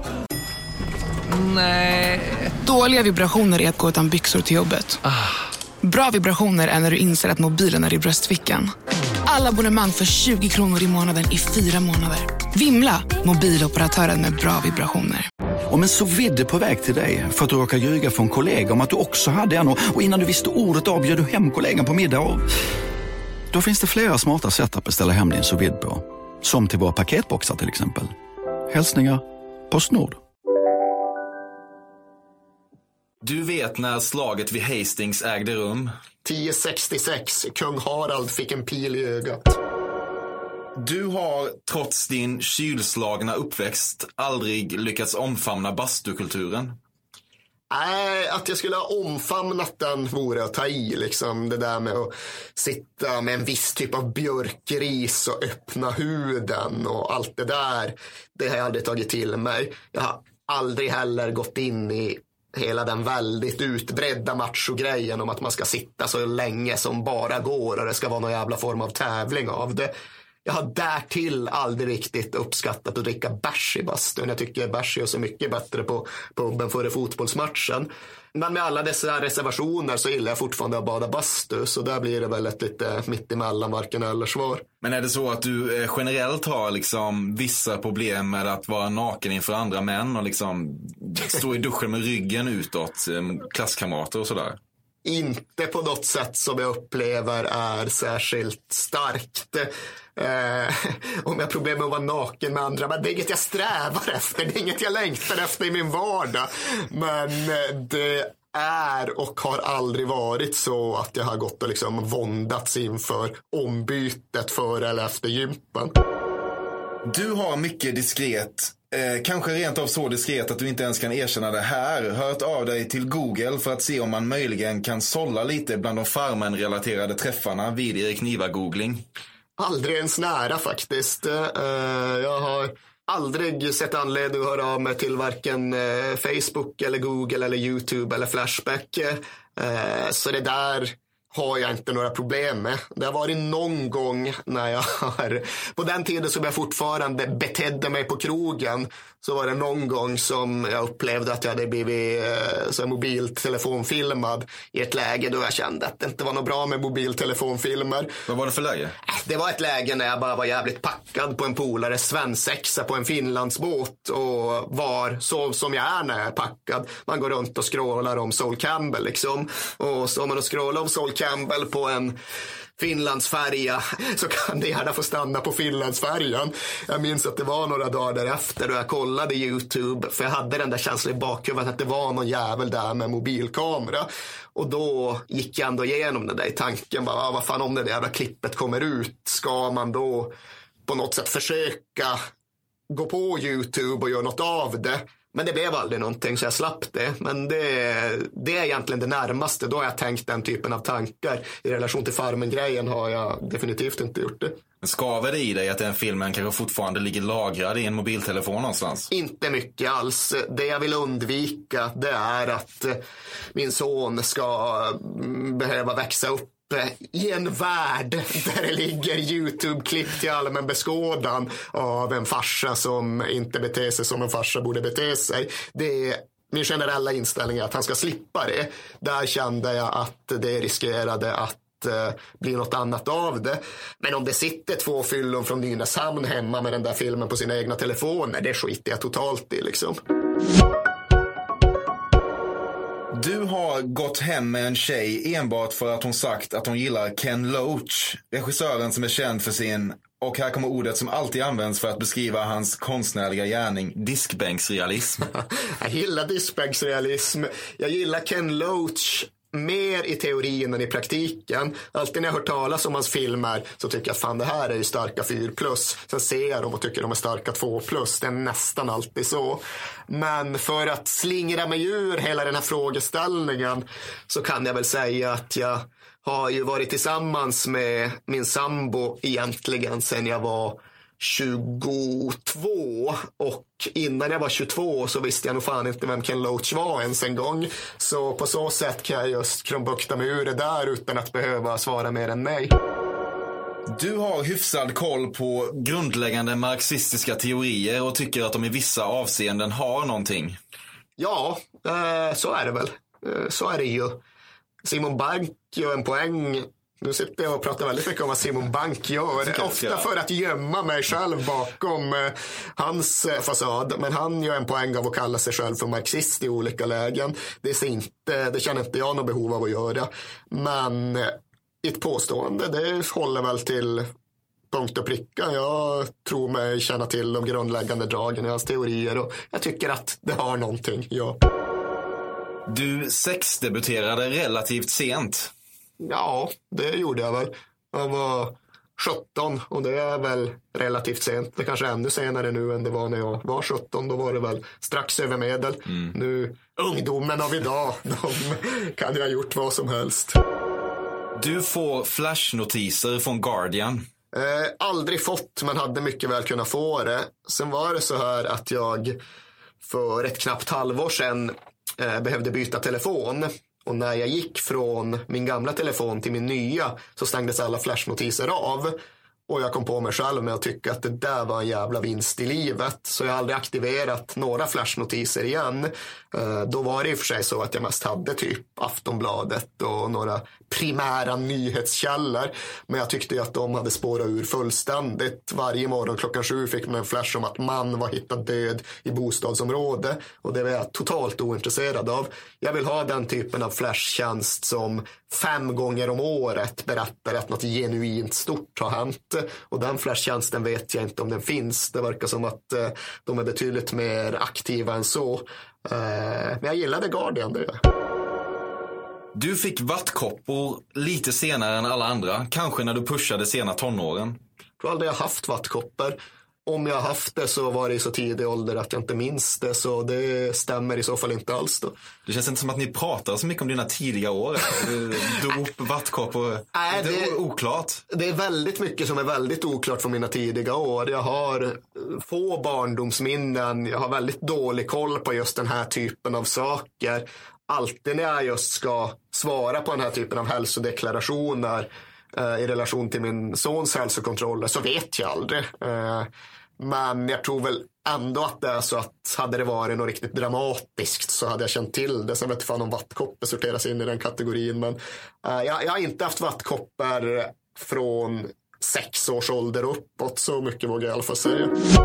Nej. Dåliga vibrationer är att gå utan byxor till jobbet. Bra vibrationer är när du inser att mobilen är i bröstfickan. Alla abonnemang för 20 kronor i månaden i 4 månader. Vimla, mobiloperatören med bra vibrationer. Om en sous-vide på väg till dig för att du råkar ljuga för en kollega om att du också hade en och innan du visste ordet av bjöd du hem kollegan på middag och... Då finns det flera smarta sätt att beställa hem din sous-vide på. Som till våra paketboxar till exempel. Hälsningar PostNord. Du vet när slaget vid Hastings ägde rum? 1066. Kung Harald fick en pil i ögat. Du har, trots din kylslagna uppväxt, aldrig lyckats omfamna bastukulturen? Nej, att jag skulle ha omfamnat den vore att ta i. Liksom. Det där med att sitta med en viss typ av björkris och öppna huden och allt det där. Det har jag aldrig tagit till mig. Jag har aldrig heller gått in i hela den väldigt utbredda machogrejen om att man ska sitta så länge som bara går och det ska vara någon jävla form av tävling av det. Jag har därtill aldrig riktigt uppskattat att dricka bärs i bastun. Jag tycker bärs är så mycket bättre på puben före fotbollsmatchen. Men med alla dessa reservationer så gillar jag fortfarande att bada bastu. Så där blir det väl ett lite mittemellan varken eller svar. Men är det så att du generellt har liksom vissa problem med att vara naken inför andra män och liksom stå i duschen med ryggen utåt, klasskamrater och sådär? Inte på något sätt som jag upplever är särskilt starkt. Om jag har problem med att vara naken med andra, men det är inget jag strävar efter, det är inget jag längtar efter i min vardag. Men det är och har aldrig varit så att jag har gått och liksom våndats inför ombytet före eller efter gympen. Du har mycket diskret, kanske rent av så diskret att du inte ens kan erkänna det här, hört av dig till Google för att se om man möjligen kan sålla lite bland de Farmen-relaterade träffarna vid Erik Niva-googling. Aldrig ens nära faktiskt. Jag har aldrig sett anledning att höra av mig till varken Facebook eller Google eller YouTube eller Flashback. Så det där har jag inte några problem med. Det har varit någon gång när jag har... På den tiden som jag fortfarande betedde mig på krogen så var det någon gång som jag upplevde att jag hade blivit så mobiltelefonfilmad i ett läge då jag kände att det inte var något bra med mobiltelefonfilmer. Vad var det för läge? Det var ett läge när jag bara var jävligt packad på en polare svensexa på en Finlandsbåt och var så som jag är när jag är packad. Man går runt och scrollar om Sol Campbell liksom. Och så om man scrollar om Sol Campbell på en Finlandsfärja så kan det gärna få stanna på Finlandsfärjan. Jag minns att det var några dagar därefter då jag kollade YouTube, för jag hade den där känslan i bakhuvudet att det var någon jävel där med mobilkamera. Och då gick jag ändå igenom det där i tanken, bara, vad fan om det där jävla klippet kommer ut, ska man då på något sätt försöka gå på YouTube och göra något av det? Men det blev aldrig någonting så jag slapp det. Men det är egentligen det närmaste. Då har jag tänkt den typen av tankar. I relation till Farmen-grejen har jag definitivt inte gjort det. Skaver det i dig att den filmen kanske fortfarande ligger lagrad i en mobiltelefon någonstans? Inte mycket alls. Det jag vill undvika, det är att min son ska behöva växa upp i en värld där det ligger YouTube-klipp till allmän beskådan av en farsa som inte beter sig som en farsa borde bete sig. Det är min generella inställning att han ska slippa det. Där kände jag att det riskerade att blir något annat av det. Men om det sitter 2 fyllon från Nynäshamn hemma med den där filmen på sina egna telefoner, det skiter jag totalt i liksom. Du har gått hem med en tjej enbart för att hon sagt att hon gillar Ken Loach, regissören som är känd för sin, och här kommer ordet som alltid används för att beskriva hans konstnärliga gärning, diskbänksrealism. Jag gillar diskbänksrealism. Jag gillar Ken Loach mer i teorin än i praktiken. Alltid när jag hör talas om hans filmer så tycker jag att fan, det här är ju starka 4+. Sen ser jag dem och tycker de är starka 2+. Det är nästan alltid så. Men för att slingra mig ur hela den här frågeställningen så kan jag väl säga att jag har ju varit tillsammans med min sambo egentligen sedan jag var 22, och innan jag var 22 så visste jag nog fan inte vem Ken Loach var ens en gång. Så på så sätt kan jag just krumbukta mig ur det där utan att behöva svara mer än nej. Du har hyfsad koll på grundläggande marxistiska teorier och tycker att de i vissa avseenden har någonting. Ja, så är det väl. Så är det ju. Simon Bank gör en poäng. Nu sitter jag och pratar väldigt mycket om vad Simon Bank gör. Ofta för att gömma mig själv bakom hans fasad. Men han gör en poäng av att kalla sig själv för marxist i olika lägen. Det känner inte jag någon behov av att göra. Men ett påstående, det håller väl till punkt och pricka. Jag tror mig känna till de grundläggande dragen i hans teorier. Och jag tycker att det har någonting, ja. Du sexdebuterade relativt sent. Ja, det gjorde jag väl. Jag var 17 och det är väl relativt sent. Det kanske är ännu senare nu än det var när jag var 17. Då var det väl strax över medel. Nu, ungdomen av idag, de kan ju ha gjort vad som helst. Du får flashnotiser från Guardian. Aldrig fått, men hade mycket väl kunnat få det. Sen var det så här att jag för ett knappt halvår sedan behövde byta telefon. Och när jag gick från min gamla telefon till min nya så stängdes alla flashnotiser av. Och jag kom på mig själv med att tycka att det där var en jävla vinst i livet. Så jag har aldrig aktiverat några flashnotiser igen. Då var det i och för sig så att jag mest hade typ Aftonbladet och några primära nyhetskällor. Men jag tyckte ju att de hade spårat ur fullständigt. Varje morgon klockan 7 fick man en flash om att man var hittad död i bostadsområde. Och det var jag totalt ointresserad av. Jag vill ha den typen av flashtjänst som 5 gånger om året berättar att något genuint stort har hänt. Och den flashtjänsten vet jag inte om den finns. Det verkar som att de är betydligt mer aktiva än så. Men jag gillade Guardian, det. Du fick vattkoppor lite senare än alla andra. Kanske när du pushade sena tonåren. Jag tror aldrig jag haft vattkoppor. Om jag haft det så var det i så tidig ålder att jag inte minns det. Så det stämmer i så fall inte alls då. Det känns inte som att ni pratar så mycket om dina tidiga år. Dop, vattkoppor. Nej, det är oklart. Det är väldigt mycket som är väldigt oklart från mina tidiga år. Jag har få barndomsminnen. Jag har väldigt dålig koll på just den här typen av saker. Alltid när jag just ska svara på den här typen av hälsodeklarationer i relation till min sons hälsokontroller så vet jag aldrig. Men jag tror väl ändå att det är så att hade det varit något riktigt dramatiskt så hade jag känt till det. Sen vet jag fan om vattkoppor sorteras in i den kategorin. Men jag har inte haft vattkoppor från 6 års ålder uppåt. Så mycket vågar jag i alla fall säga.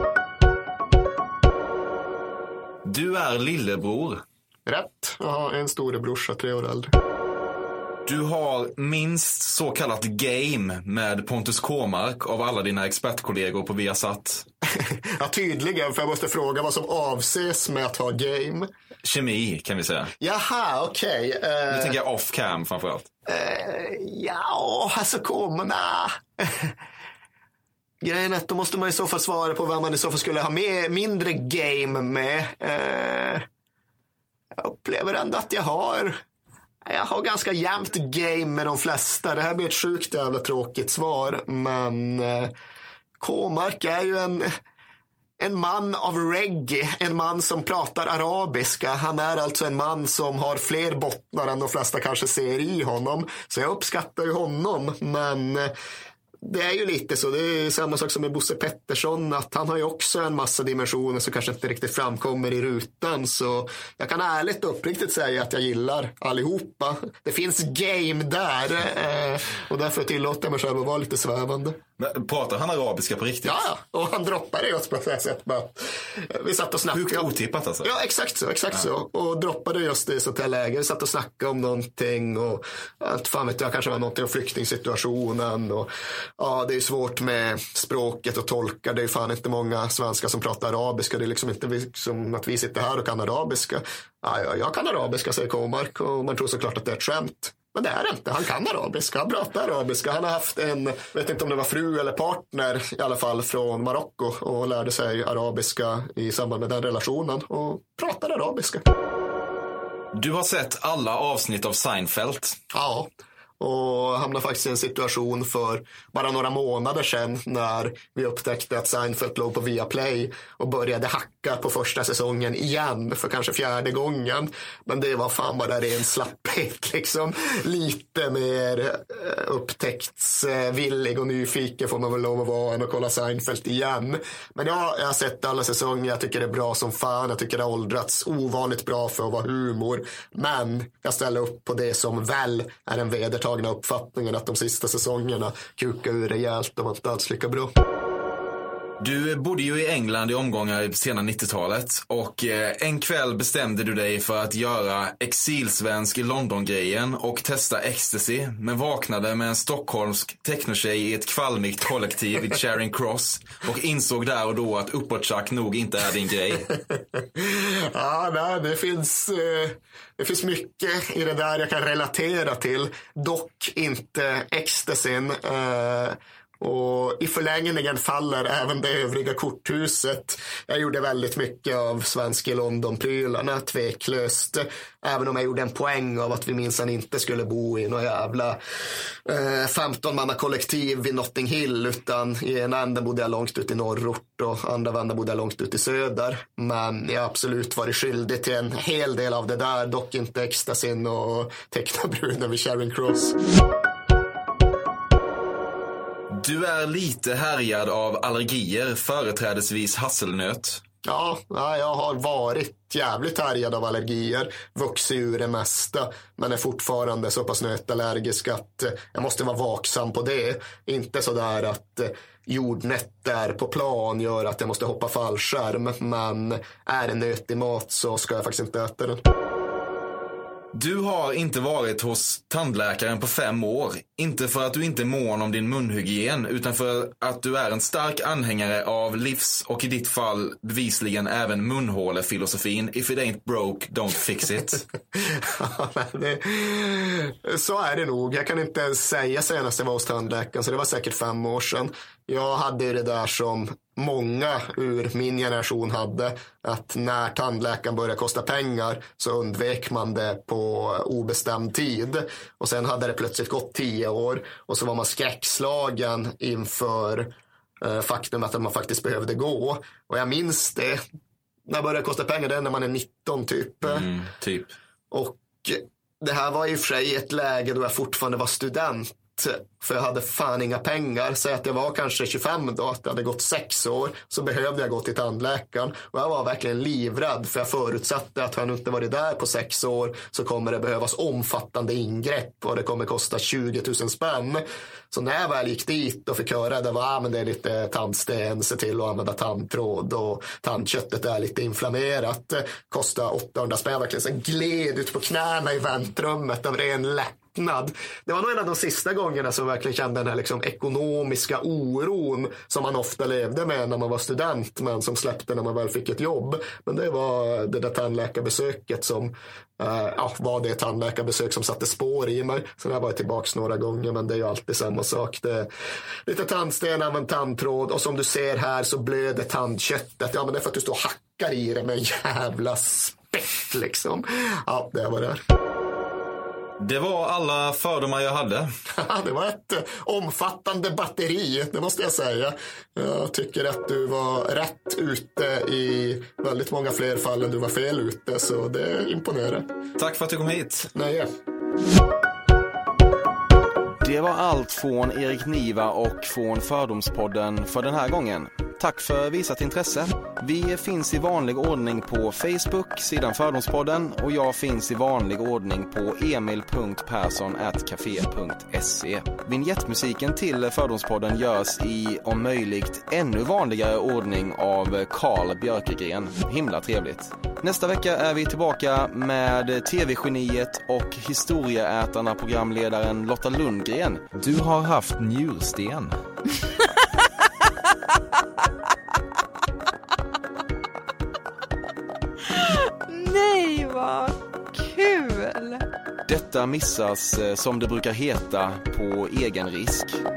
Du är lillebror. Rätt. Jag har en storebrorsa 3 år äldre. Du har minst så kallat game med Pontus Kåmark av alla dina expertkollegor på Viasat. Ja, tydligen, för jag måste fråga vad som avses med att ha game. Kemi, kan vi säga. Jaha, okej. Nu tänker jag off-cam framförallt. Ja, alltså komma. Grejen är att då måste man i så fall svara på vad man i så fall skulle ha med, mindre game med. Jag upplever ändå att jag har Jag har ganska jämnt game med de flesta. Det här blir ett sjukt jävla tråkigt svar. Men K-Mark är ju en man av reggae. En man som pratar arabiska. Han är alltså en man som har fler bottnar än de flesta kanske ser i honom. Så jag uppskattar ju honom. Men det är ju lite så, det är samma sak som med Bosse Pettersson, att han har ju också en massa dimensioner som kanske inte riktigt framkommer i rutan. Så jag kan ärligt och uppriktigt säga att jag gillar allihopa. Det finns game där och därför tillåter jag mig själv att vara lite svävande. Men pratar han arabiska på riktigt? Ja, och han droppade just på det sättet. Vi satt och snackade. Hur otippat alltså? Ja, exakt så. Och droppade just i sånt här läge. Vi satt och snackade om någonting och fan vet jag, kanske var någonting om flyktingsituationen och ja, det är svårt med språket och tolka. Det är fan inte många svenskar som pratar arabiska. Det är liksom inte som att vi sitter här och kan arabiska. Ja, jag kan arabiska, säger K-Mark, och man tror såklart att det är ett skämt. Men det är det inte. Han kan arabiska, han pratar arabiska. Han har haft vet inte om det var fru eller partner i alla fall från Marocko och lärde sig arabiska i samband med den relationen och pratar arabiska. Du har sett alla avsnitt av Seinfeld? Ja. Och hamnade faktiskt i en situation för bara några månader sedan när vi upptäckte att Seinfeld låg på Viaplay och började hacka på första säsongen igen för kanske 4:e gången. Men det var fan bara ren slapphet liksom. Lite mer upptäcktsvillig och nyfiken får man väl lov att vara än att kolla Seinfeld igen. Men ja, jag har sett alla säsonger, jag tycker det är bra som fan, jag tycker det har åldrats ovanligt bra för att vara humor. Men jag ställer upp på det som väl är en vedertagna uppfattningen att de sista säsongerna kukar ur rejält och var inte alls lika bra. Du bodde ju i England i omgångar i sena 90-talet och en kväll bestämde du dig för att göra exilsvensk London-grejen och testa ecstasy, men vaknade med en stockholmsk technotjej i ett kvalmigt kollektiv i Charing Cross och insåg där och då att uppåtchack nog inte är din grej. Ja, nej, det finns mycket i det där jag kan relatera till, dock inte ecstasyn. Och i förlängningen faller även det övriga korthuset. Jag gjorde väldigt mycket av svenska London-prylarna, tveklöst. Även om jag gjorde en poäng av att vi minsann inte skulle bo i några jävla 15-manna-kollektiv vid Notting Hill. Utan i en ända bodde jag långt ut i norrort och andra vändan bodde jag långt ut i söder. Men jag har absolut varit skyldig till en hel del av det där. Dock inte extasyn och tecknabruden vid Charing Cross. Du är lite härjad av allergier, företrädesvis hasselnöt. Ja, jag har varit jävligt härjad av allergier, vuxit ur det mesta, men är fortfarande så pass nötallergisk att jag måste vara vaksam på det. Inte så där att jordnötter på plan gör att jag måste hoppa fallskärm, men är det nötig mat så ska jag faktiskt inte äta den. Du har inte varit hos tandläkaren på 5 år. Inte för att du inte är mån om din munhygien, utan för att du är en stark anhängare av livs- och i ditt fall bevisligen även munhålefilosofin. If it ain't broke, don't fix it. Så är det nog. Jag kan inte ens säga senast jag var hos tandläkaren, så det var säkert 5 år sedan. Jag hade ju det där som många ur min generation hade, att när tandläkaren började kosta pengar så undvek man det på obestämd tid. Och sen hade det plötsligt gått 10 år och så var man skräckslagen inför faktum att man faktiskt behövde gå. Och jag minns det, när det började kosta pengar, det är när man är 19 typ. Och det här var i och för sig ett läge då jag fortfarande var student. För jag hade fan inga pengar. Säg att jag var kanske 25 då, att det hade gått 6 år, så behövde jag gå till tandläkaren. Och jag var verkligen livrädd, för jag förutsatte att han inte varit där på 6 år så kommer det behövas omfattande ingrepp och det kommer kosta 20 000 spänn. Så när jag väl gick dit och fick höra det var men det är lite tandsten, se till att använda tandtråd och tandköttet är lite inflammerat, kostar 800 spänn. Jag verkligen så gled ut på knäna i väntrummet av ren lättnad. Det var nog en av de sista gångerna som jag verkligen kände den här liksom ekonomiska oron som man ofta levde med när man var student, men som släppte när man väl fick ett jobb. Men det var det där tandläkarbesöket som var det tandläkarbesök som satte spår i mig. Sen har jag varit tillbaka några gånger, men det är ju alltid samma sak. Det är lite tandsten, använd tandtråd, och som du ser här så blöder tandköttet. Ja, men det är för att du står och hackar i det med en jävla spett liksom. Ja, det var det. Det var alla fördomar jag hade. Det var ett omfattande batteri, det måste jag säga. Jag tycker att du var rätt ute i väldigt många fler fall än du var fel ute, så det imponerar. Tack för att du kom hit. Nej. Det var allt från Erik Niva och från Fördomspodden för den här gången. Tack för visat intresse. Vi finns i vanlig ordning på Facebook, sidan Fördomspodden, och jag finns i vanlig ordning på emil.persson@café.se. Vignettmusiken till Fördomspodden görs i, om möjligt, ännu vanligare ordning av Carl Björkegren. Himla trevligt. Nästa vecka är vi tillbaka med TV-geniet och historieätarna programledaren Lotta Lundgren. Du har haft njursten. Nej, vad kul! Detta missas, som det brukar heta, på egen risk.